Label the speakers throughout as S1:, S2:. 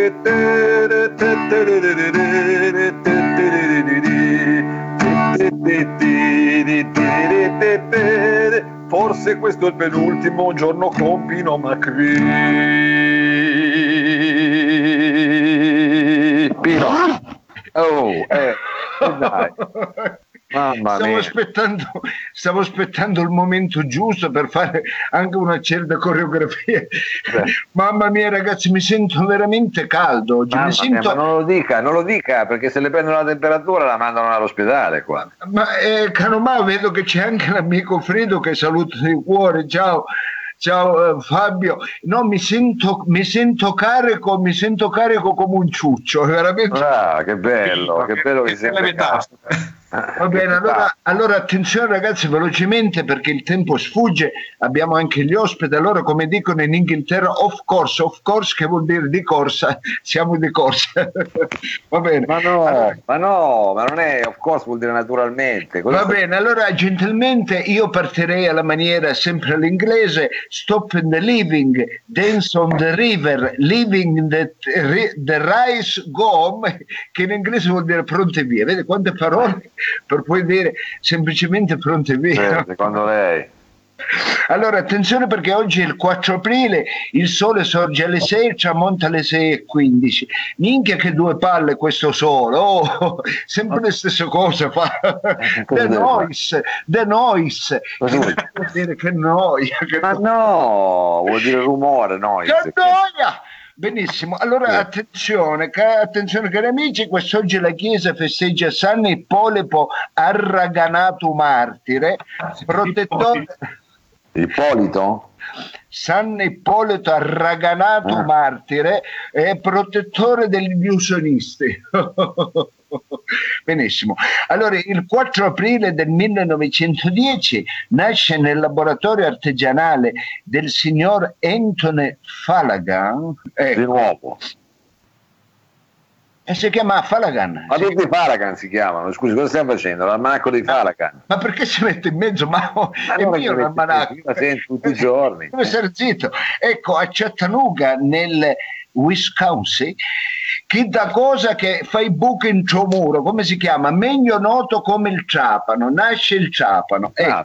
S1: Forse questo è il penultimo giorno con Pino Macri. Pino. Oh, dai. Mamma mia.
S2: Stavo aspettando il momento giusto per fare anche una certa coreografia. Mamma mia, ragazzi, mi sento veramente caldo oggi.
S1: Ma non lo dica, perché se le prendono la temperatura la mandano all'ospedale qua.
S2: Ma caro Mao, vedo che c'è anche l'amico Fredo che saluto di cuore. Ciao Fabio. No, mi sento carico come un ciuccio, veramente.
S1: Ah, che bello che sembra.
S2: Va bene, allora attenzione ragazzi, velocemente perché il tempo sfugge, abbiamo anche gli ospiti. Allora, come dicono in Inghilterra, of course, che vuol dire di corsa, siamo di corsa. Va bene.
S1: Ma non è of course, vuol dire naturalmente.
S2: Bene, allora gentilmente io partirei alla maniera sempre all'inglese: stop in the living, dance on the river, living the rice, go home, che in inglese vuol dire pronte via. Vede quante parole per poi dire semplicemente pronte via.
S1: Secondo lei?
S2: Allora attenzione perché oggi è il 4 aprile, il sole sorge alle 6 e tramonta alle 6:15. Minchia che due palle questo sole, sempre le stesse cose fa. The noise. Vuol dire che noia.
S1: Ma no, vuol dire rumore, noise.
S2: Che noia! Benissimo, allora attenzione cari amici, quest'oggi la Chiesa festeggia San Ippolito Arraganato martire, protettore.
S1: Ippolito?
S2: San Ippolito Arraganato martire e protettore degli illusionisti. Benissimo. Allora, il 4 aprile del 1910 nasce nel laboratorio artigianale del signor Anthony Fallaghan.
S1: Di nuovo.
S2: E si chiama Fallaghan.
S1: Ma tutti Fallaghan si chiamano. Scusi, cosa stiamo facendo? L'almanacco di Fallaghan.
S2: Ma perché si mette in mezzo? Ma è mio l'almanacco.
S1: Io la sento tutti i giorni.
S2: Deve stare zitto. Ecco, a Chattanooga, nel Wisconsin, chi da cosa che fa i buchi in suo muro, come si chiama? Meglio noto come il Trapano, nasce il Trapano. Nel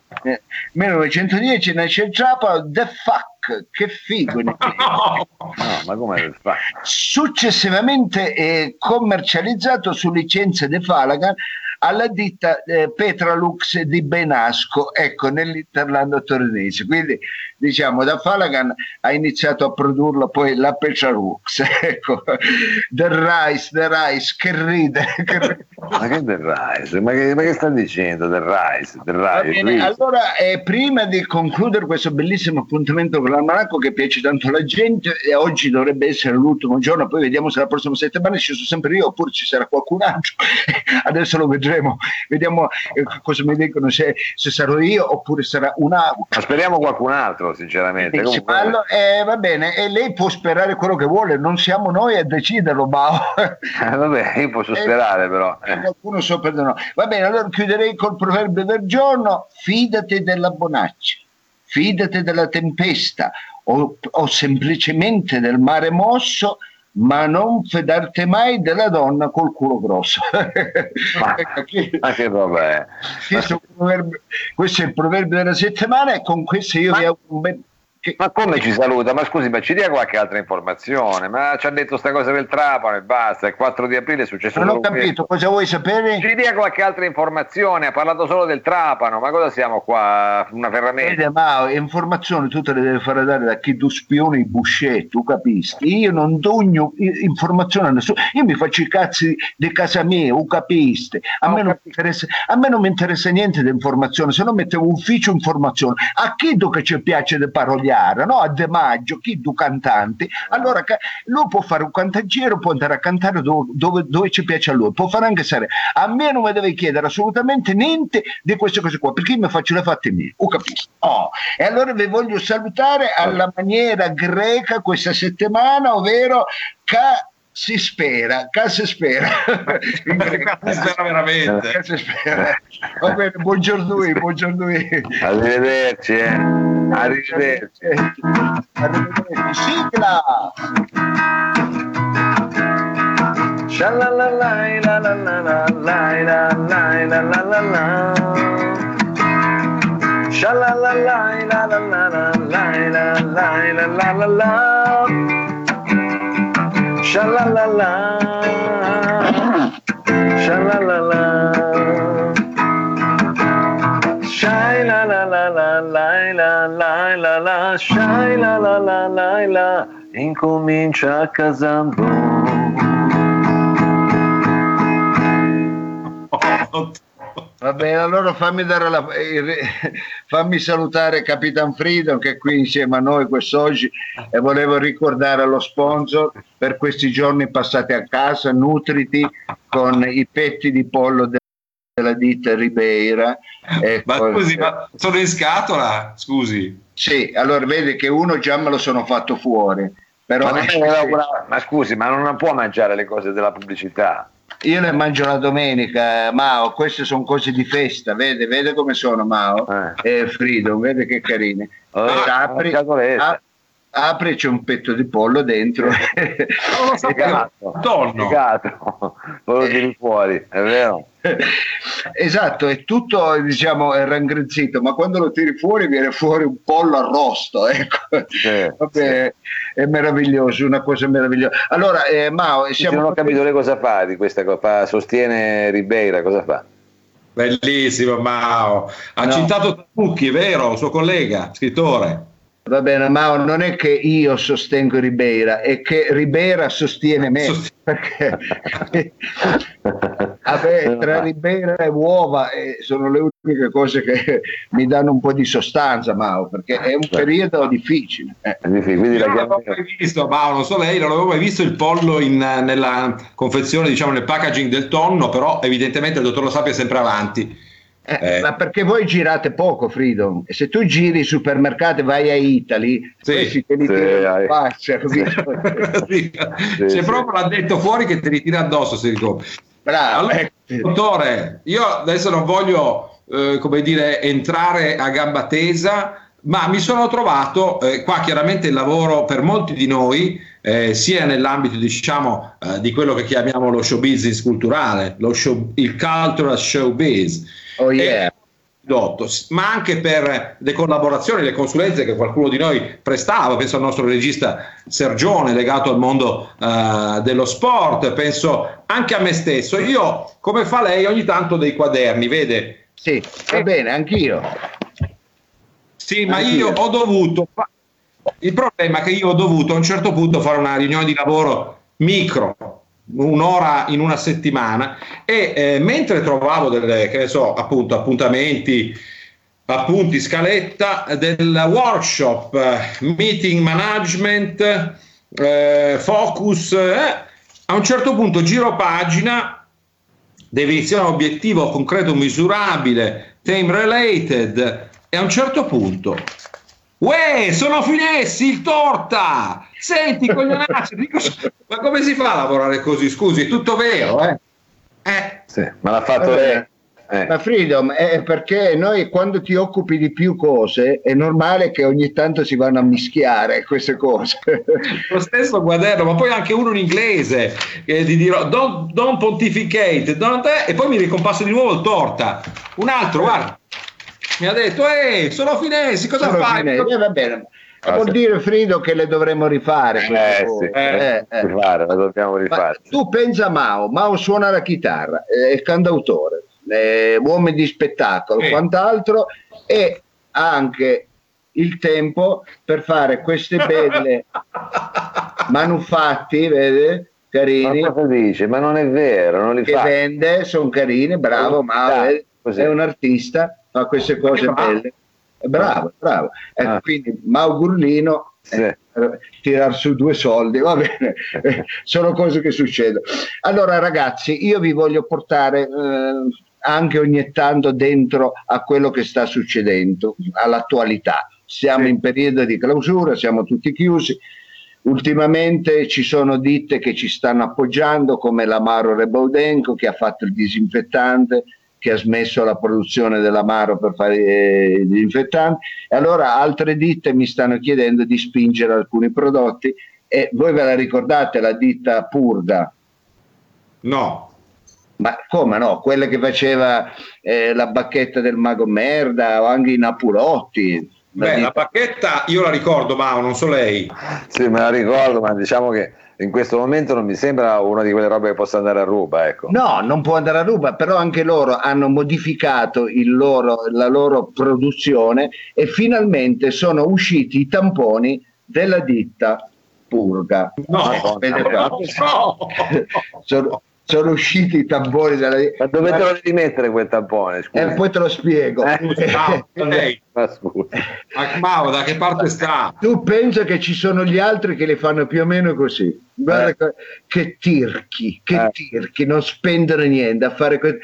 S2: 1910 nasce il Trapano, the fuck, che figo.
S1: No, ma come il fuck?
S2: Successivamente commercializzato su licenza di Fallaghan alla ditta Petralux di Benasco, ecco, nell'Interlando torinese. Quindi diciamo da Fallaghan ha iniziato a produrlo poi la Petralux, ecco. The Rice, che ride.
S1: Ma che del Rice? Ma che sta dicendo del Rice?
S2: Allora, prima di concludere questo bellissimo appuntamento con l'almanacco che piace tanto alla gente, e oggi dovrebbe essere l'ultimo giorno, poi vediamo se la prossima settimana ci sono sempre io oppure ci sarà qualcun altro. Adesso lo vedremo, vediamo cosa mi dicono, se sarò io oppure sarà un altro.
S1: Ma speriamo qualcun altro, sinceramente.
S2: Va bene, e lei può sperare quello che vuole, non siamo noi a deciderlo, ma
S1: vabbè, io posso sperare però.
S2: Qualcuno sopra di noi. Va bene, allora chiuderei col proverbio del giorno: fidati della bonaccia, fidati della tempesta o semplicemente del mare mosso, ma non fidarti mai della donna col culo grosso.
S1: Ma che roba è?
S2: Questo è il proverbio della settimana e con questo io vi auguro un bel...
S1: Ma come ci saluta? Ma scusi, ma ci dia qualche altra informazione? Ma ci ha detto sta cosa del Trapano e basta, il 4 di aprile è successo.
S2: Non ho capito, cosa vuoi sapere?
S1: Ci dia qualche altra informazione, ha parlato solo del Trapano, ma cosa siamo qua? Una ferramenta?
S2: Ma informazioni tu te le devi fare dare da chi tu spioni i buscetti, tu capisci? Io non do informazione a nessuno, io mi faccio i cazzi di casa mia, tu capisci? A me non mi interessa niente di informazione, se no mettevo ufficio informazione. A chi tu che ci piace di paroliare? No? A De Maggio, chi du cantanti, allora lui può fare un cantagiero, può andare a cantare dove ci piace a lui, può fare anche serie. A me non mi deve chiedere assolutamente niente di queste cose qua, perché io mi faccio le fatte mie, ho capito? E allora vi voglio salutare alla maniera greca questa settimana, ovvero si spera. Si spera
S1: veramente.
S2: Si spera. Va bene, buongiorno.
S1: Arrivederci. Arrivederci.
S2: Sigla.
S1: Sha-la-la-la, la-la-la-la, la-la-la-la-la-la-la. Sha-la-la-la, la-la-la-la, la-la-la-la-la-la. Sha-la-la-la, sha-la-la-la. Shai la la la la la la la la la, shai la la la la la, incomincia casando.
S2: Va bene, allora fammi salutare Capitan Freedom che è qui insieme a noi quest'oggi e volevo ricordare allo sponsor per questi giorni passati a casa, nutriti con i petti di pollo della ditta Ribeira.
S3: Ma scusi, ma sono in scatola? Scusi.
S2: Sì, allora vedi che uno già me lo sono fatto fuori. Però
S1: ma scusi, ma non può mangiare le cose della pubblicità.
S2: Io le mangio la domenica, Mao, queste sono cose di festa, vede come sono, Mao? Freedom, vede che carine. Apri, c'è un petto di pollo dentro.
S3: Non lo sapevo. Tonno.
S1: Lo tiri fuori, è vero?
S2: Esatto, è tutto, diciamo, è raggrinzito, ma quando lo tiri fuori viene fuori un pollo arrosto, ecco. Vabbè, è meraviglioso, una cosa meravigliosa. Allora, Mao,
S1: non ho capito lei cosa fa di questa cosa, sostiene Ribeira, cosa fa?
S3: Bellissimo Mao, ha citato Tanucchi, è vero, un suo collega, scrittore.
S2: Va bene, ma non è che io sostengo Ribeira, è che Ribeira sostiene me, perché tra Ribeira e uova sono le uniche cose che mi danno un po' di sostanza, Mao, perché è un periodo difficile.
S3: Quindi io non l'avevo mai visto, Mao, non so lei, non avevo mai visto il pollo nella confezione, diciamo nel packaging del tonno, però evidentemente il dottor Lo Sapio è sempre avanti.
S2: Ma perché voi girate poco, Freedom, e se tu giri i supermercati, vai a Italy,
S3: c'è proprio l'addetto fuori che te li tira addosso se li compri.
S2: Bravo.
S3: Allora, dottore, io adesso non voglio come dire entrare a gamba tesa, ma mi sono trovato qua chiaramente il lavoro per molti di noi sia nell'ambito diciamo di quello che chiamiamo lo show business culturale, il cultural showbiz.
S2: Oh yeah.
S3: Ma anche per le collaborazioni, le consulenze che qualcuno di noi prestava, penso al nostro regista Sergione legato al mondo dello sport, penso anche a me stesso. Io, come fa lei, ogni tanto dei quaderni, vede?
S2: Sì, va bene, anch'io.
S3: Sì, ma io ho dovuto, il problema è che io ho dovuto a un certo punto fare una riunione di lavoro micro, un'ora in una settimana, e mentre trovavo delle, che ne so, appunto appuntamenti, appunti, scaletta del workshop, meeting management, focus, a un certo punto giro pagina, definizione obiettivo concreto misurabile, time related, e a un certo punto sono Finessi, il torta, senti coglionazzo, ma come si fa a lavorare così? Scusi, è tutto vero,
S1: Sì, ma l'ha fatto lei.
S2: Ma Freedom, è perché noi quando ti occupi di più cose è normale che ogni tanto si vanno a mischiare queste cose.
S3: Lo stesso quaderno, ma poi anche uno in inglese, ti dirò don't pontificate, e poi mi ricompasso di nuovo il torta, un altro, guarda. Mi ha detto, sono Finessi, cosa fai?
S2: Va bene. Vuol dire, Frido, che le dovremmo rifare.
S1: La dobbiamo rifare.
S2: Tu pensa a Mao suona la chitarra, è cantautore, uomo di spettacolo, quant'altro, e ha anche il tempo per fare queste belle manufatti, vede? Carini.
S1: Ma cosa dice? Ma non è vero, non li fa.
S2: Che vende, sono carini, bravo Mao, è un artista, fa queste cose belle. Bravo. Quindi Mao Gurlino tirar su 2 soldi, va bene, sono cose che succedono. Allora ragazzi, io vi voglio portare anche ogni tanto dentro a quello che sta succedendo, all'attualità. Siamo in periodo di clausura, siamo tutti chiusi. Ultimamente ci sono ditte che ci stanno appoggiando, come l'Amaro Rebaudenco, che ha fatto il disinfettante, che ha smesso la produzione dell'amaro per fare i disinfettanti, e allora altre ditte mi stanno chiedendo di spingere alcuni prodotti, e voi ve la ricordate la ditta Purga?
S3: No.
S2: Ma come no? Quelle che faceva la bacchetta del Mago Merda o anche i Napulotti.
S3: Beh, la bacchetta io la ricordo, ma non so lei.
S1: Sì, me la ricordo, ma diciamo che in questo momento non mi sembra una di quelle robe che possa andare a ruba, ecco.
S2: No, non può andare a ruba, però anche loro hanno modificato la loro produzione e finalmente sono usciti i tamponi della ditta Purga.
S3: No,
S2: Sono usciti i tamponi della ditta.
S1: Ma dove te lo devi mettere quel tampone? Scusa.
S2: Poi te lo spiego.
S3: Lei.
S1: Ma scusa.
S3: Mao, da che parte sta?
S2: Tu pensa che ci sono gli altri che le fanno più o meno così. Guarda che tirchi, non spendono niente a fare questo.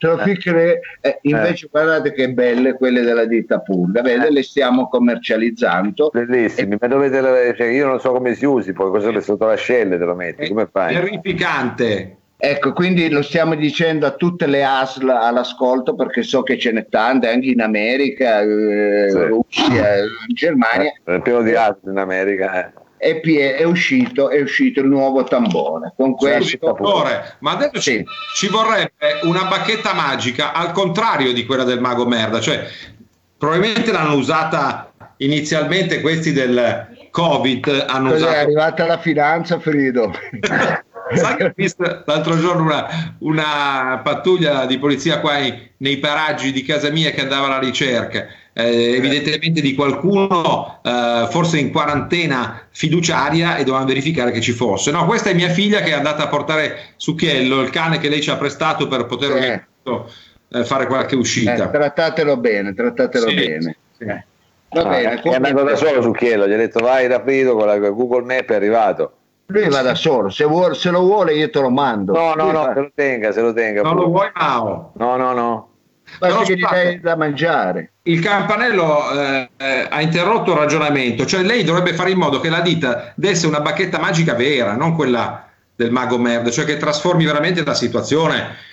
S2: Invece guardate che belle quelle della ditta Purga, vede, le stiamo commercializzando.
S1: Bellissimi, ma cioè, io non so come si usi, poi cosa sotto l'ascella te lo metti, come fai?
S3: Terrificante.
S2: Ecco, quindi lo stiamo dicendo a tutte le ASL all'ascolto, perché so che ce n'è tante anche in America, Russia, Germania.
S1: È pieno di ASL in America.
S2: È uscito il nuovo tampone. Con questo,
S3: ma adesso ci vorrebbe una bacchetta magica al contrario di quella del Mago Merda, cioè probabilmente l'hanno usata inizialmente questi del Covid, hanno usato...
S2: È arrivata la finanza, Frido.
S3: Sai che ho visto l'altro giorno una pattuglia di polizia qua nei paraggi di casa mia che andava alla ricerca evidentemente di qualcuno forse in quarantena fiduciaria, e dovevano verificare che ci fosse. No, questa è mia figlia che è andata a portare Succhiello, il cane che lei ci ha prestato per poter fare qualche uscita.
S2: Trattatelo bene.
S3: Sì.
S2: Va bene,
S1: è andato da solo Succhiello, gli ha detto vai rapido, con la Google Map è arrivato.
S2: Lui va da solo, se lo vuole io te lo mando.
S1: No, se lo tenga.
S3: Non lo vuoi, Mao?
S1: No.
S2: Basta che gli dai da mangiare.
S3: Il campanello ha interrotto il ragionamento, cioè lei dovrebbe fare in modo che la ditta desse una bacchetta magica vera, non quella del Mago Merda, cioè che trasformi veramente la situazione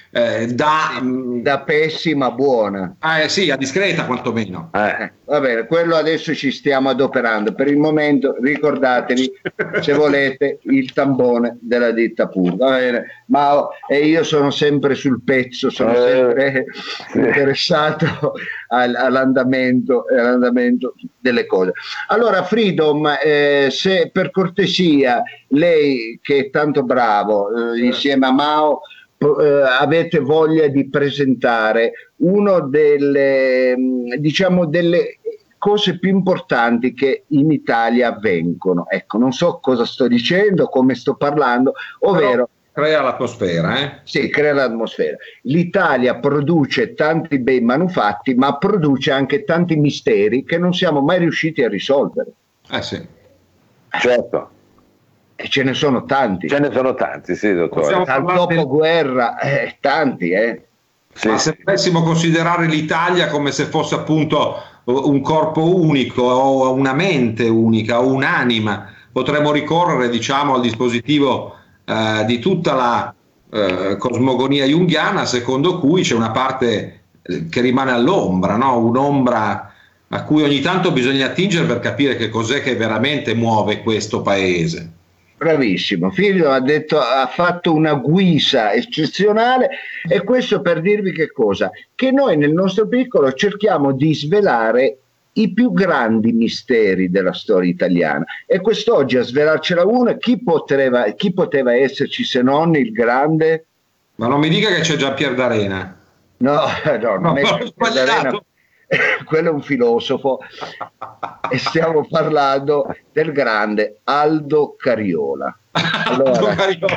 S2: da pessima a buona.
S3: Sì, a discreta quantomeno.
S2: Va bene, quello adesso ci stiamo adoperando. Per il momento ricordatevi, se volete, il tampone della ditta Purga. Va bene, ma io sono sempre sul pezzo, sono sempre interessato all'andamento delle cose. Allora, Freedom, se per cortesia lei che è tanto bravo insieme a Mao avete voglia di presentare uno delle cose più importanti che in Italia avvengono. Ecco, non so cosa sto dicendo, come sto parlando, ovvero...
S3: Crea l'atmosfera,
S2: Sì, crea l'atmosfera. L'Italia produce tanti bei manufatti, ma produce anche tanti misteri che non siamo mai riusciti a risolvere.
S3: Sì.
S1: Certo.
S2: E ce ne sono tanti.
S1: Sì, dottore.
S2: Dal dopoguerra, tanti,
S3: Ma se dovessimo considerare l'Italia come se fosse appunto un corpo unico o una mente unica o un'anima, potremmo ricorrere, diciamo, al dispositivo di tutta la cosmogonia junghiana, secondo cui c'è una parte che rimane all'ombra, no? Un'ombra a cui ogni tanto bisogna attingere per capire che cos'è che veramente muove questo paese.
S2: Bravissimo, Figlio ha fatto una guisa eccezionale, e questo per dirvi che cosa? Che noi nel nostro piccolo cerchiamo di svelare i più grandi misteri della storia italiana, e quest'oggi a svelarcela uno, chi poteva esserci se non il grande?
S3: Ma non mi dica che c'è già Pier d'Arena.
S2: No, non è Pier d'Arena. Quello è un filosofo, e stiamo parlando del grande Aldo Cariola. Allora,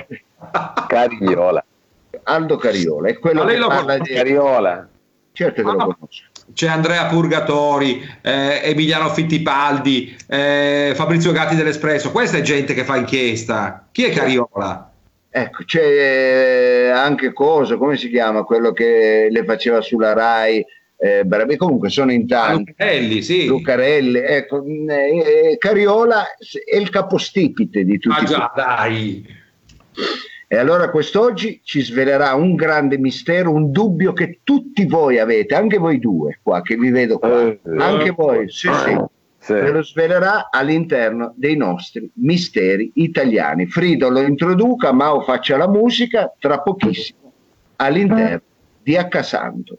S2: Aldo Cariola è quello che parla di
S1: Cariola.
S2: Certo che lo conosco.
S3: C'è Andrea Purgatori, Emiliano Fittipaldi, Fabrizio Gatti dell'Espresso. Questa è gente che fa inchiesta. Chi è Cariola?
S2: Ecco, c'è anche come si chiama quello che le faceva sulla Rai? Comunque sono in tanti. Lucarelli, ecco, Cariola è il capostipite di tutti.
S3: Dai.
S2: E allora quest'oggi ci svelerà un grande mistero, un dubbio che tutti voi avete, anche voi due qua che vi vedo qua, anche voi, sì. ve lo svelerà all'interno dei nostri misteri italiani. Frido lo introduca, Mao faccia la musica, tra pochissimo all'interno di Accasanto.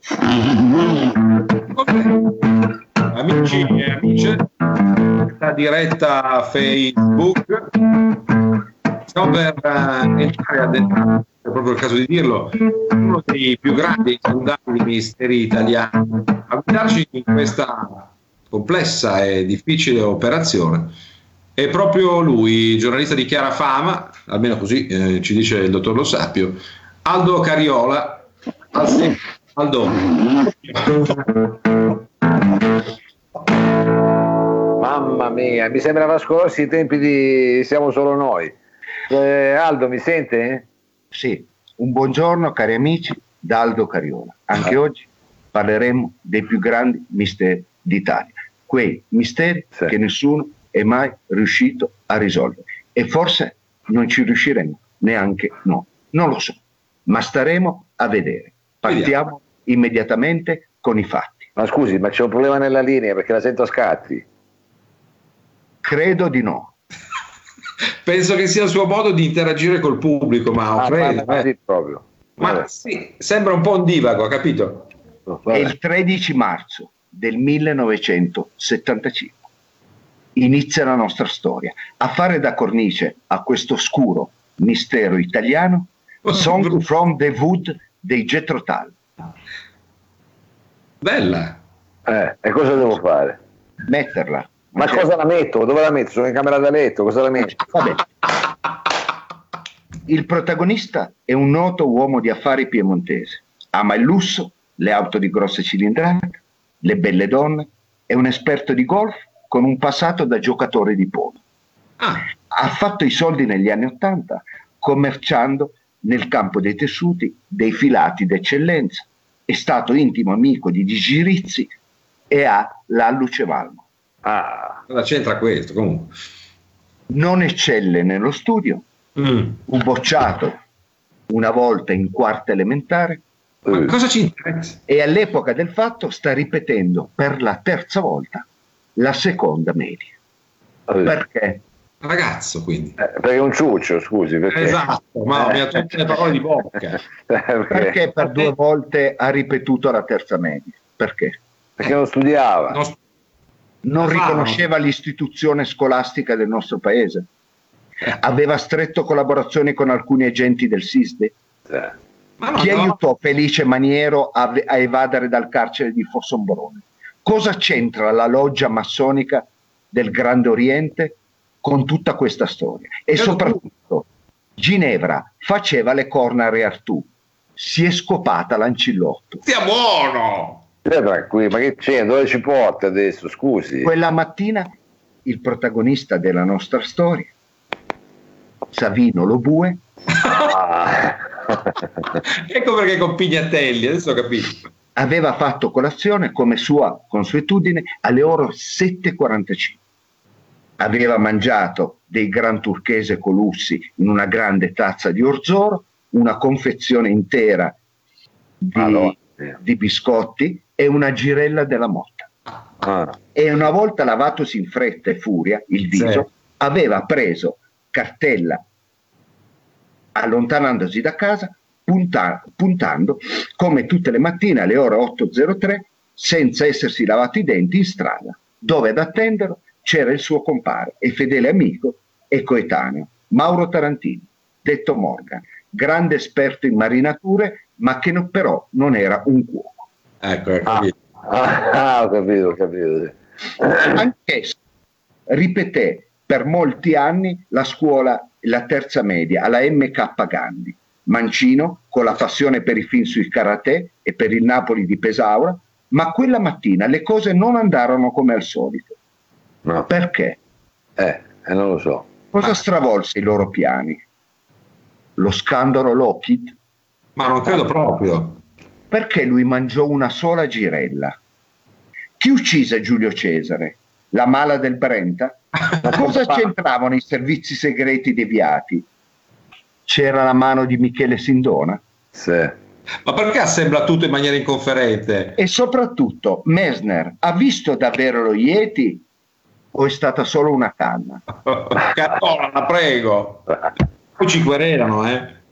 S3: Amici e amiche, questa diretta Facebook, stiamo per entrare a è proprio il caso di dirlo, uno dei più grandi e insondabili misteri italiani, a guidarci in questa complessa e difficile operazione è proprio lui, giornalista di chiara fama, almeno così ci dice il dottor Lo Sapio, Aldo Cariola. Aldo.
S1: Mamma mia, mi sembrava scorsi i tempi di Siamo solo noi. Aldo, mi sente?
S2: Sì, un buongiorno cari amici da Aldo Cariola. Anche oggi parleremo dei più grandi misteri d'Italia, quei misteri che nessuno è mai riuscito a risolvere, e forse non ci riusciremo neanche noi, non lo so, ma staremo a vedere. Partiamo immediatamente con i fatti.
S1: Ma scusi, ma c'è un problema nella linea perché la sento a scatti?
S2: Credo di no.
S3: Penso che sia il suo modo di interagire col pubblico, ma
S1: sì, proprio.
S3: Ma sì, sembra un po' un divago, capito?
S2: È il 13 marzo del 1975. Inizia la nostra storia. A fare da cornice a questo oscuro mistero italiano, Song from the Wood dei Jethro Tull.
S3: Bella.
S1: E cosa devo fare?
S2: Metterla.
S1: Ma cosa la metto? Dove la metto? Sono in camera da letto, cosa la metto?
S2: Vabbè. Il protagonista è un noto uomo di affari piemontese. Ama il lusso, le auto di grosse cilindrate, le belle donne, è un esperto di golf con un passato da giocatore di polo. Ha fatto i soldi negli anni '80 commerciando nel campo dei tessuti, dei filati d'eccellenza, è stato intimo amico di Gigi Rizzi e ha la Lucevalmo.
S3: Cosa c'entra questo comunque?
S2: Non eccelle nello studio, fu bocciato una volta in quarta elementare.
S3: Ma cosa ci interessa?
S2: E all'epoca del fatto sta ripetendo per la terza volta la seconda media. Perché?
S3: Ragazzo, quindi.
S1: Perché è un ciuccio, scusi. Perché?
S3: Esatto, ma mi ha tutte le parole di bocca.
S2: Perché per 2 volte ha ripetuto la terza media? Perché?
S1: Perché non studiava.
S2: Non riconosceva l'istituzione scolastica del nostro paese. Aveva stretto collaborazioni con alcuni agenti del SISDE. Chi aiutò Felice Maniero a evadere dal carcere di Fossombrone? Cosa c'entra la loggia massonica del Grande Oriente con tutta questa storia? E soprattutto Ginevra faceva le corna a Re Artù, si è scopata l'Ancillotto.
S3: Stia buono!
S1: Tranquillo, ma che c'è? Dove ci porta adesso? Scusi.
S2: Quella mattina il protagonista della nostra storia, Savino Lobue,
S3: ecco perché con Pignatelli, adesso ho capito.
S2: Aveva fatto colazione come sua consuetudine alle ore 7:45. Aveva mangiato dei gran turchese colussi in una grande tazza di orzoro, una confezione intera di biscotti e una girella della Motta. E una volta lavatosi in fretta e furia il viso, aveva preso cartella allontanandosi da casa, puntando come tutte le mattine alle ore 8:03 senza essersi lavato i denti in strada, dove ad attenderlo c'era il suo compare e fedele amico e coetaneo Mauro Tarantini, detto Morgan, grande esperto in marinature, ma che però non era un cuoco.
S3: Ecco, ho capito.
S1: Ho capito.
S2: Anch'esso ripeté per molti anni la scuola, la terza media alla MK Gandhi. Mancino, con la passione per i film sui karate e per il Napoli di Pesaura, ma quella mattina le cose non andarono come al solito.
S1: No.
S2: Perché?
S1: Non lo so.
S2: Cosa stravolse i loro piani? Lo scandalo Lockheed?
S3: Ma non credo proprio.
S2: Perché lui mangiò una sola girella? Chi uccise Giulio Cesare? La mala del Brenta? Cosa c'entravano i servizi segreti deviati? C'era la mano di Michele Sindona?
S1: Sì.
S3: Ma perché assembla tutto in maniera inconferente?
S2: E soprattutto Messner ha visto davvero lo Yeti o è stata solo una canna?
S3: Cariola, la prego. Poi ci querelano,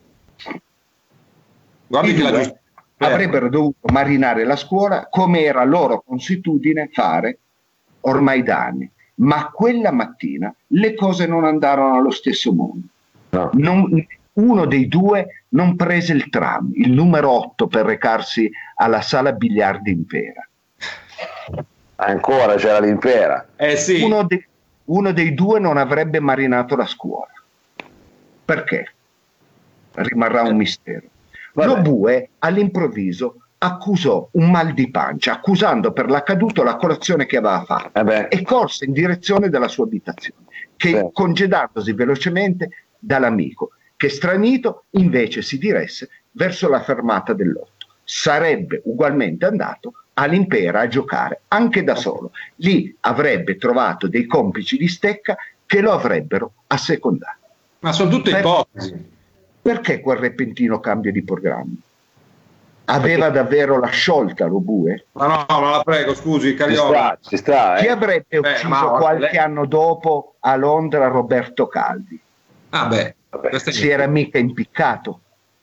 S3: Guardi che la giustizia
S2: avrebbero dovuto marinare la scuola come era loro consuetudine fare ormai da anni, ma quella mattina le cose non andarono allo stesso modo.
S1: No.
S2: Uno dei due non prese il tram, il numero 8, per recarsi alla sala biliardi Impera.
S1: Ancora c'era l'Impera.
S3: sì.
S2: Uno dei due non avrebbe marinato la scuola. Perché? Rimarrà un mistero. Lo bue all'improvviso accusò un mal di pancia, accusando per l'accaduto la colazione che aveva fatto, e corse in direzione della sua abitazione, che congedandosi velocemente dall'amico, che stranito invece si diresse verso la fermata dell'8. Sarebbe ugualmente andato all'Impera a giocare anche da solo. Lì avrebbe trovato dei complici di stecca che lo avrebbero assecondato.
S3: Ma sono tutte ipotesi.
S2: Perché quel repentino cambio di programma? Aveva davvero la sciolta lo bue?
S3: Ma no, la prego, scusi, Cariola.
S1: Ci sta.
S2: Chi avrebbe ucciso qualche anno dopo a Londra Roberto Calvi? Si era mica impiccato.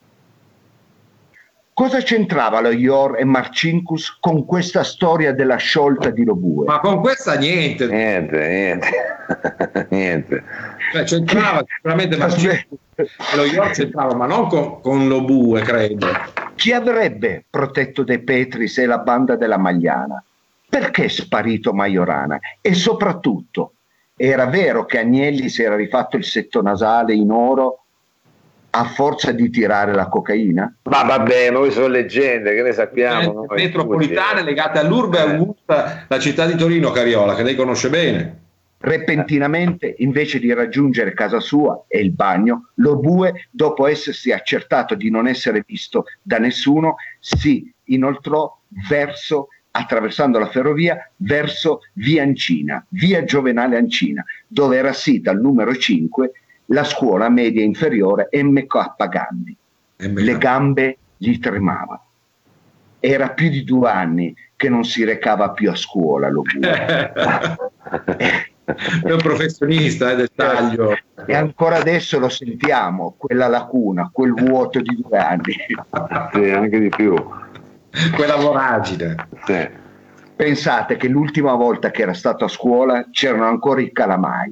S2: Cosa c'entrava lo Ior e Marcinkus con questa storia della sciolta di Lobue?
S3: Ma con questa niente.
S1: Niente.
S3: Cioè, c'entrava sicuramente Marcinkus e lo Ior c'entrava, ma non con Lobue, credo.
S2: Chi avrebbe protetto De Petris e la banda della Magliana? Perché è sparito Majorana? E soprattutto, era vero che Agnelli si era rifatto il setto nasale in oro a forza di tirare la cocaina?
S1: Ma vabbè, noi sono leggende, che ne sappiamo?
S3: Metropolitane legate all'Urbe e Augusta, la città di Torino, Cariola, che lei conosce bene.
S2: Repentinamente, invece di raggiungere casa sua e il bagno, lo bue, dopo essersi accertato di non essere visto da nessuno, si inoltrò attraversando la ferrovia, verso via Ancina, via Giovenale Ancina, dove era sita al numero 5 la scuola media inferiore MK Gandhi. Le gambe gli tremavano. Era più di 2 anni che non si recava più a scuola lo bue.
S3: È un professionista del taglio.
S2: E ancora adesso lo sentiamo, quella lacuna, quel vuoto di 2 anni.
S1: Sì, anche di più.
S3: Quella voragine.
S1: Sì.
S2: Pensate che l'ultima volta che era stato a scuola c'erano ancora i calamai.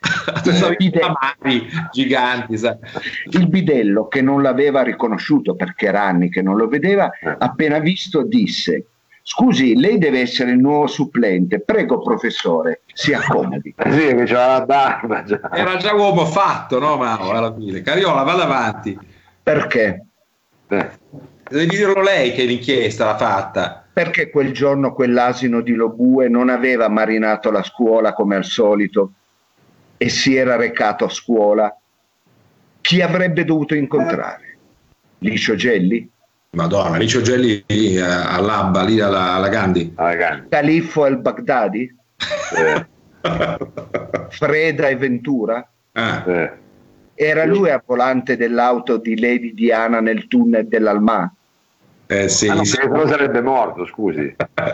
S3: Giganti, sai.
S2: Il bidello, che non l'aveva riconosciuto perché era anni che non lo vedeva, appena visto disse: scusi, lei deve essere il nuovo supplente, prego professore, si accomodi.
S1: Sì, che c'era la barba già.
S3: Era già uomo fatto, no Mao, alla fine. Cariola, vada avanti.
S2: Perché?
S3: Devi dirlo lei che l'inchiesta l'ha fatta.
S2: Perché quel giorno quell'asino di Lobue non aveva marinato la scuola come al solito e si era recato a scuola? Chi avrebbe dovuto incontrare? Licio Gelli?
S3: Madonna, Licio Gelli all'Abba, lì alla Gandhi.
S2: Califfo El Baghdadi? Freda e Ventura? Era lui al volante dell'auto di Lady Diana nel tunnel dell'Alma?
S1: Sì, no, sarebbe morto, scusi.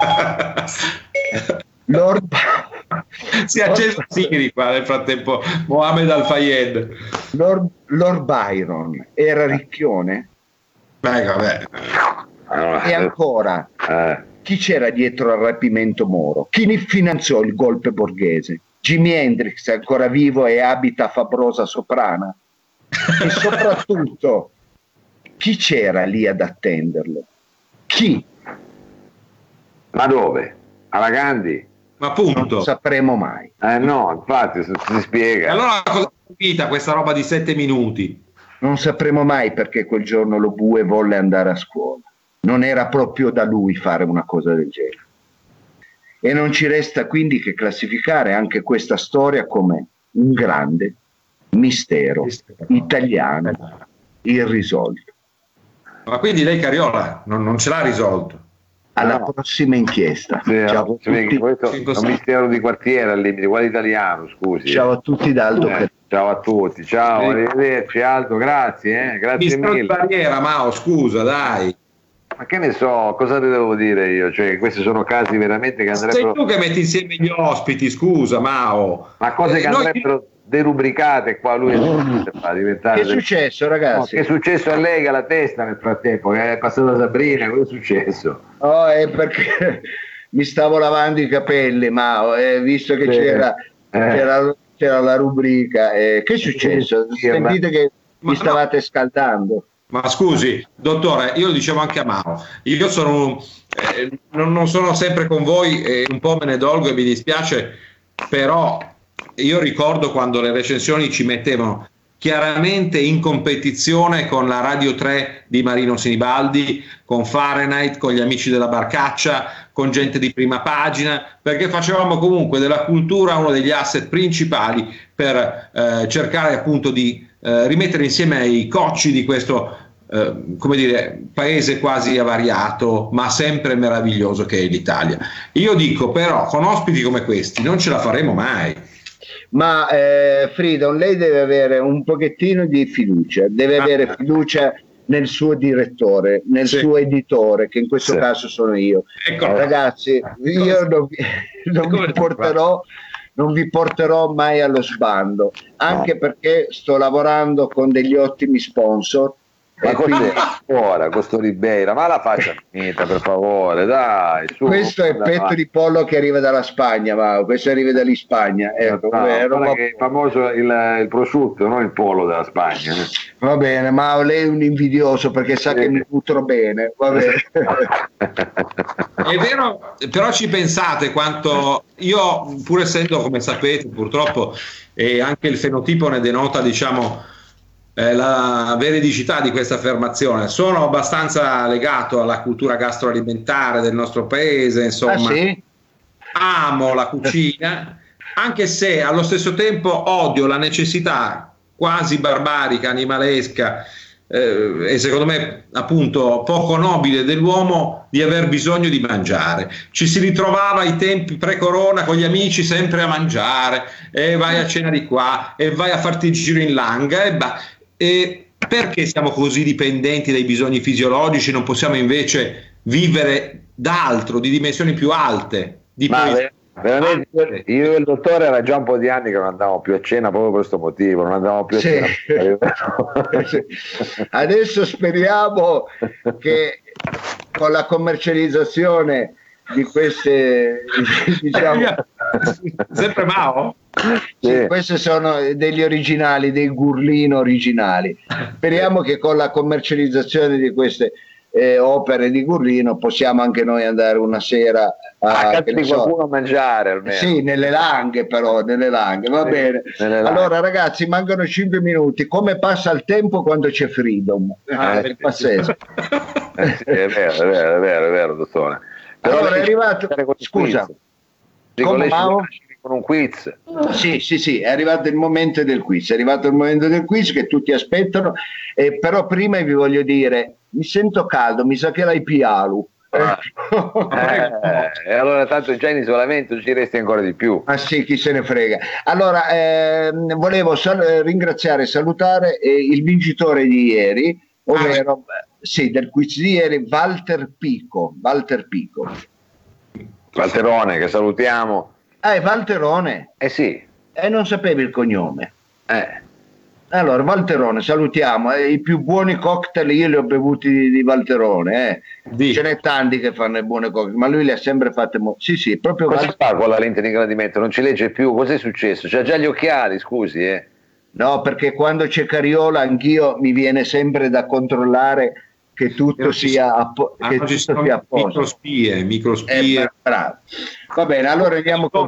S2: Lord
S3: si è acceso Siri qua nel frattempo, Mohamed Al-Fayed.
S2: Lord Byron era ricchione?
S3: Vabbè.
S2: E ancora, chi c'era dietro al rapimento Moro? Chi finanziò il golpe borghese? Jimi Hendrix è ancora vivo e abita a Fabrosa Soprana? E soprattutto, chi c'era lì ad attenderlo? Chi?
S1: Ma dove? Alla Gandhi?
S3: Ma appunto.
S2: Non lo sapremo mai.
S1: No, infatti, si spiega.
S3: E allora cosa è finita questa roba di 7 minuti?
S2: Non sapremo mai perché quel giorno lo bue volle andare a scuola. Non era proprio da lui fare una cosa del genere. E non ci resta quindi che classificare anche questa storia come un grande mistero italiano irrisolto.
S3: Ma quindi lei, Cariola, non ce l'ha risolto?
S2: Alla prossima inchiesta.
S1: Sì, questo è un mistero di quartiere al limite, quale italiano, scusi.
S2: Ciao a tutti da Aldo.
S1: Ciao a tutti, ciao, arrivederci Aldo, grazie, grazie
S3: mistero
S1: mille.
S3: Di barriera, Mao, scusa, dai.
S1: Ma che ne so, cosa te devo dire io? Cioè, questi sono casi veramente che andrebbero...
S3: Sei tu che metti insieme gli ospiti, scusa Mao.
S1: Ma cose che andrebbero derubricate qua, lui fa diventare...
S2: Che è successo, ragazzi?
S1: No, che è successo a lei che ha la testa nel frattempo, che è passata Sabrina, cosa è successo?
S2: Oh, è perché mi stavo lavando i capelli, ma visto che c'era la rubrica, che è successo? Sentite che mi stavate scaldando.
S3: Ma scusi, dottore, io lo dicevo anche a Mao, io sono non sono sempre con voi e un po' me ne dolgo e mi dispiace, però io ricordo quando le recensioni ci mettevano chiaramente in competizione con la Radio 3 di Marino Sinibaldi, con Fahrenheit, con gli amici della Barcaccia, con gente di prima pagina, perché facevamo comunque della cultura uno degli asset principali per cercare appunto di rimettere insieme i cocci di questo come dire, paese quasi avariato ma sempre meraviglioso che è l'Italia. Io dico però con ospiti come questi non ce la faremo mai.
S2: Ma Freedom, lei deve avere un pochettino di fiducia, deve avere fiducia nel suo direttore, nel suo editore, che in questo caso sono io.
S3: Ecco.
S2: Ragazzi, io non vi porterò mai allo sbando, anche perché sto lavorando con degli ottimi sponsor.
S1: Ma cos'è ora questo Ribeira? Ma la faccia finita, per favore, dai. Su,
S2: questo è petto di pollo che arriva dalla Spagna, ma questo arriva dall'Ispagna. Ecco,
S1: che è famoso il prosciutto, non il pollo della Spagna.
S2: Va bene, ma lei è un invidioso perché sa che mi nutro bene. Va bene.
S3: È vero, però ci pensate quanto io, pur essendo, come sapete, purtroppo, e anche il fenotipo ne denota, diciamo, la veridicità di questa affermazione, sono abbastanza legato alla cultura gastroalimentare del nostro paese, insomma.
S2: Sì?
S3: Amo la cucina, anche se allo stesso tempo odio la necessità quasi barbarica, animalesca e secondo me appunto poco nobile dell'uomo di aver bisogno di mangiare. Ci si ritrovava ai tempi pre-corona con gli amici sempre a mangiare, e vai a cena di qua e vai a farti il giro in langa e perché siamo così dipendenti dai bisogni fisiologici, non possiamo invece vivere d'altro, di dimensioni più alte, di
S1: veramente io e il dottore era già un po' di anni che non andavamo più a cena proprio per questo motivo, non andavamo più a cena.
S2: Adesso speriamo che con la commercializzazione di queste, diciamo,
S3: sempre Mao?
S2: Sì, questi sono degli originali, dei Gurlino originali. Speriamo che con la commercializzazione di queste opere di Gurlino possiamo anche noi andare una sera
S1: a qualcuno a mangiare almeno.
S2: Sì, nelle langhe, però nelle langhe, va bene. Allora ragazzi, mancano 5 minuti. Come passa il tempo quando c'è Freedom? È pazzesco.
S1: Sì, è vero, dottore. Però
S2: allora è arrivato, scusa, come
S1: con un quiz.
S2: Sì, è arrivato il momento del quiz, che tutti aspettano, però prima vi voglio dire, mi sento caldo, mi sa che l'hai pialu.
S1: E allora tanto già in isolamento ci resti ancora di più.
S2: Ah sì, chi se ne frega. Allora volevo ringraziare e salutare il vincitore di ieri, ovvero del quiz di ieri, Walter Pico.
S1: Valterone, che salutiamo.
S2: È Valterone?
S1: Sì.
S2: Non sapevi il cognome. Allora, Valterone, salutiamo. I più buoni cocktail io li ho bevuti di Valterone. Ce n'è tanti che fanno i buoni cocktail, ma lui li ha sempre fatti. Sì, proprio.
S1: Cosa fa con la lente di ingrandimento? Non ci legge più? Cos'è successo? C'ha già gli occhiali, scusi.
S2: No, perché quando c'è Cariola anch'io mi viene sempre da controllare che tutto sia a posto.
S3: Microspie.
S2: Bravo. Va bene, allora andiamo con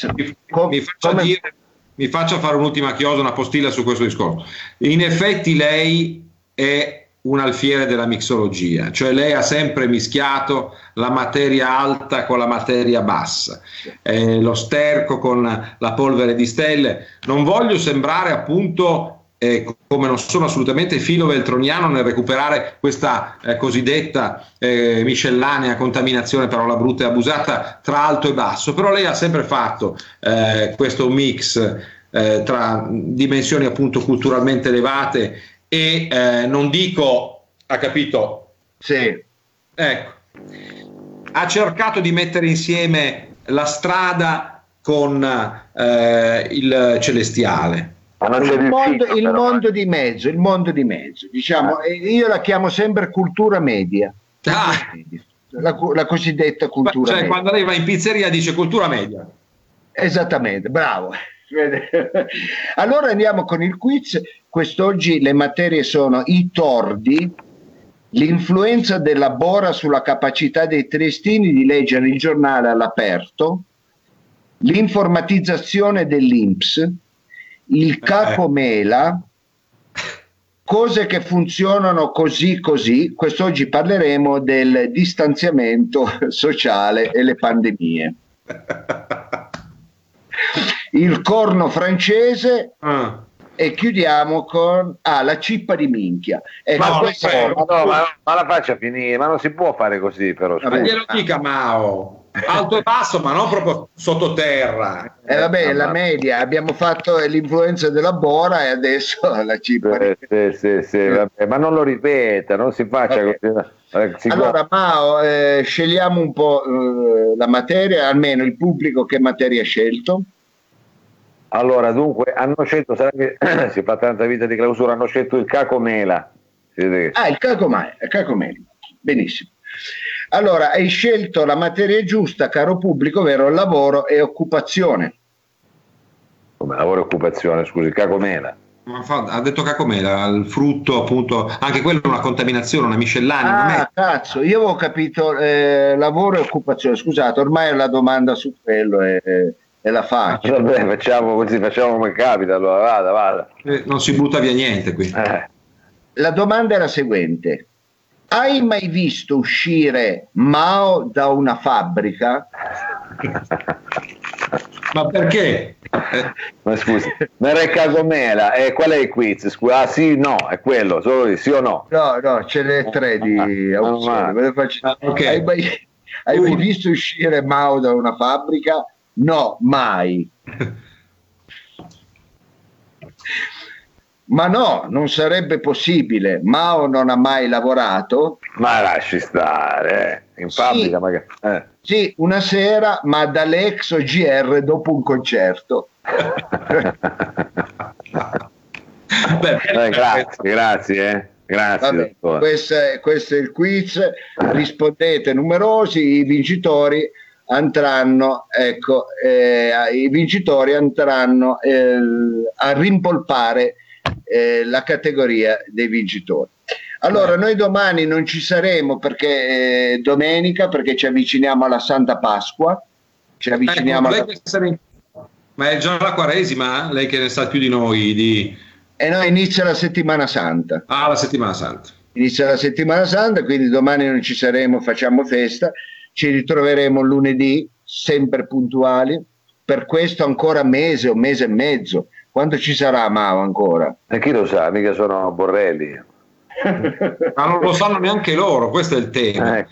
S3: mi faccia fare un'ultima chiosa, una postilla su questo discorso. In effetti lei è un alfiere della mixologia, cioè lei ha sempre mischiato la materia alta con la materia bassa, lo sterco con la polvere di stelle. Non voglio sembrare appunto come non sono assolutamente filo veltroniano nel recuperare questa cosiddetta miscellanea contaminazione, parola brutta e abusata, tra alto e basso, però lei ha sempre fatto questo mix tra dimensioni appunto culturalmente elevate e non dico, ha capito?
S2: Sì.
S3: Ecco, ha cercato di mettere insieme la strada con il celestiale.
S2: Il mondo di mezzo, diciamo, io la chiamo sempre cultura media. La cosiddetta cultura media.
S3: Quando lei va in pizzeria dice cultura media.
S2: Esattamente, bravo. Allora andiamo con il quiz. Quest'oggi le materie sono i tordi, l'influenza della bora sulla capacità dei triestini di leggere il giornale all'aperto, l'informatizzazione dell'INPS, il capomela, cose che funzionano così. Quest'oggi parleremo del distanziamento sociale e le pandemie. Il corno francese e chiudiamo con la cippa di minchia.
S1: Ma la faccia finire, ma non si può fare così, però.
S3: Ma glielo dica Mao. Alto e basso, ma non proprio sottoterra.
S2: Vabbè, la media, abbiamo fatto l'influenza della bora e adesso la cippa.
S1: Sì, vabbè, ma non lo ripeta, non si faccia così.
S2: Allora, Mao, scegliamo un po' la materia, almeno il pubblico che materia ha scelto.
S1: Allora, dunque, hanno scelto, si fa tanta vita di clausura, hanno scelto il cacomela.
S2: Il cacomela, benissimo. Allora, hai scelto la materia giusta, caro pubblico, ovvero lavoro e occupazione.
S1: Come lavoro e occupazione, scusi, cacomela.
S3: Ha detto cacomela, il frutto, appunto, anche quello è una contaminazione, una miscellanea.
S2: Cazzo, io avevo capito lavoro e occupazione, scusate, ormai è la domanda su quello e la faccio.
S1: Vabbè, facciamo così, facciamo come capita, allora vada.
S3: Non si butta via niente qui.
S2: La domanda è la seguente: hai mai visto uscire Mao da una fabbrica?
S3: Ma perché?
S1: Ma scusi, ma era il cacomela, qual è il quiz? Scusa, sì, no, è quello, solo sì o no?
S2: No, ce n'è 3 di opzioni.
S3: Okay.
S2: Hai mai visto uscire Mao da una fabbrica? No, mai. Ma no, non sarebbe possibile. Mao non ha mai lavorato.
S1: Ma lasci stare, in fabbrica magari.
S2: Sì, una sera, ma dall'ex OGR dopo un concerto.
S1: Grazie.
S2: Vabbè, questo è il quiz. Rispondete numerosi, i vincitori andranno a rimpolpare la categoria dei vincitori. Allora, noi domani non ci saremo perché domenica, perché ci avviciniamo alla Santa Pasqua,
S3: ma è già la Quaresima, lei che ne sa più di noi
S2: e no, inizia la Settimana Santa.
S3: La Settimana Santa.
S2: Inizia la Settimana Santa, quindi domani non ci saremo, facciamo festa, ci ritroveremo lunedì, sempre puntuali, per questo ancora un mese e mezzo. Quanto ci sarà Mao ancora?
S1: E chi lo sa, mica sono Borrelli.
S3: Ma non lo sanno neanche loro, questo è il tema.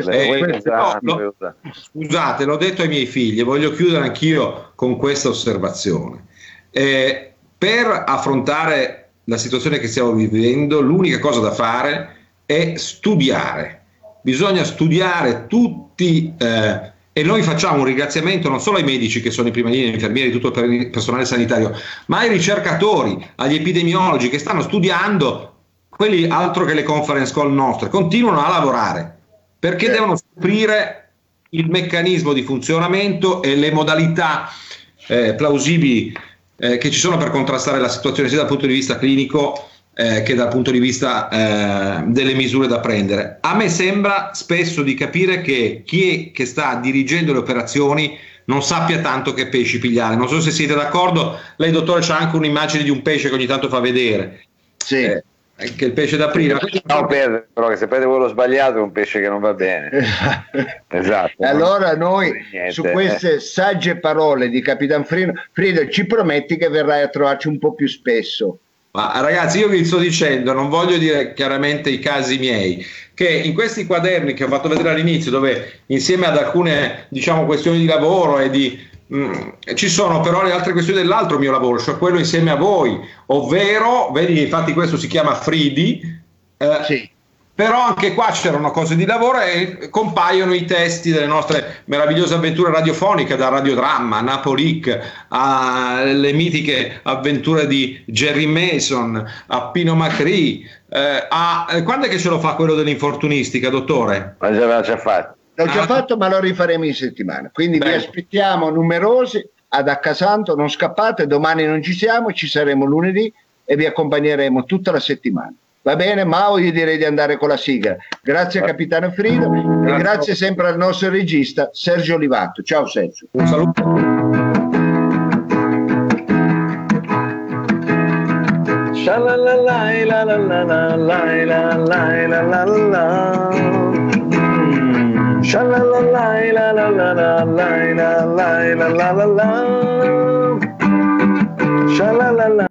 S3: Scusate, l'ho detto ai miei figli, voglio chiudere anch'io con questa osservazione. Per affrontare la situazione che stiamo vivendo, l'unica cosa da fare è studiare. Bisogna studiare tutti, e noi facciamo un ringraziamento non solo ai medici che sono in prima linea, agli infermieri, tutto il personale sanitario, ma ai ricercatori, agli epidemiologi che stanno studiando. Quelli altro che le conference call nostre, continuano a lavorare perché devono scoprire il meccanismo di funzionamento e le modalità plausibili che ci sono per contrastare la situazione sia dal punto di vista clinico che dal punto di vista delle misure da prendere. A me sembra spesso di capire che chi è che sta dirigendo le operazioni non sappia tanto che pesci pigliare. Non so se siete d'accordo, lei dottore c'ha anche un'immagine di un pesce che ogni tanto fa vedere.
S2: Sì.
S3: Che il pesce da prima,
S1: però che se prende quello sbagliato è un pesce che non va bene. Esatto.
S2: Allora noi su queste sagge parole di Capitan Frido ci prometti che verrai a trovarci un po' più spesso.
S3: Ma ragazzi, io vi sto dicendo, non voglio dire chiaramente i casi miei, che in questi quaderni che ho fatto vedere all'inizio, dove insieme ad alcune questioni di lavoro e ci sono però le altre questioni dell'altro mio lavoro, cioè quello insieme a voi, ovvero, vedi, infatti questo si chiama Fridi,
S2: sì.
S3: però anche qua c'erano cose di lavoro e compaiono i testi delle nostre meravigliose avventure radiofoniche, da Radiodramma, Napolic, alle mitiche avventure di Jerry Mason, a Pino Macri, quando è che ce lo fa quello dell'infortunistica, dottore?
S1: Ma già l'ha già fatto.
S2: L'ho già fatto, ma lo rifaremo in settimana. Quindi vi aspettiamo numerosi ad Accasanto, non scappate, domani non ci siamo, ci saremo lunedì e vi accompagneremo tutta la settimana. Va bene, Mao, io direi di andare con la sigla. Grazie a Capitano Frido e grazie sempre al nostro regista Sergio Olivato. Ciao Sergio.
S3: Un saluto.
S1: Sha-la-la-la.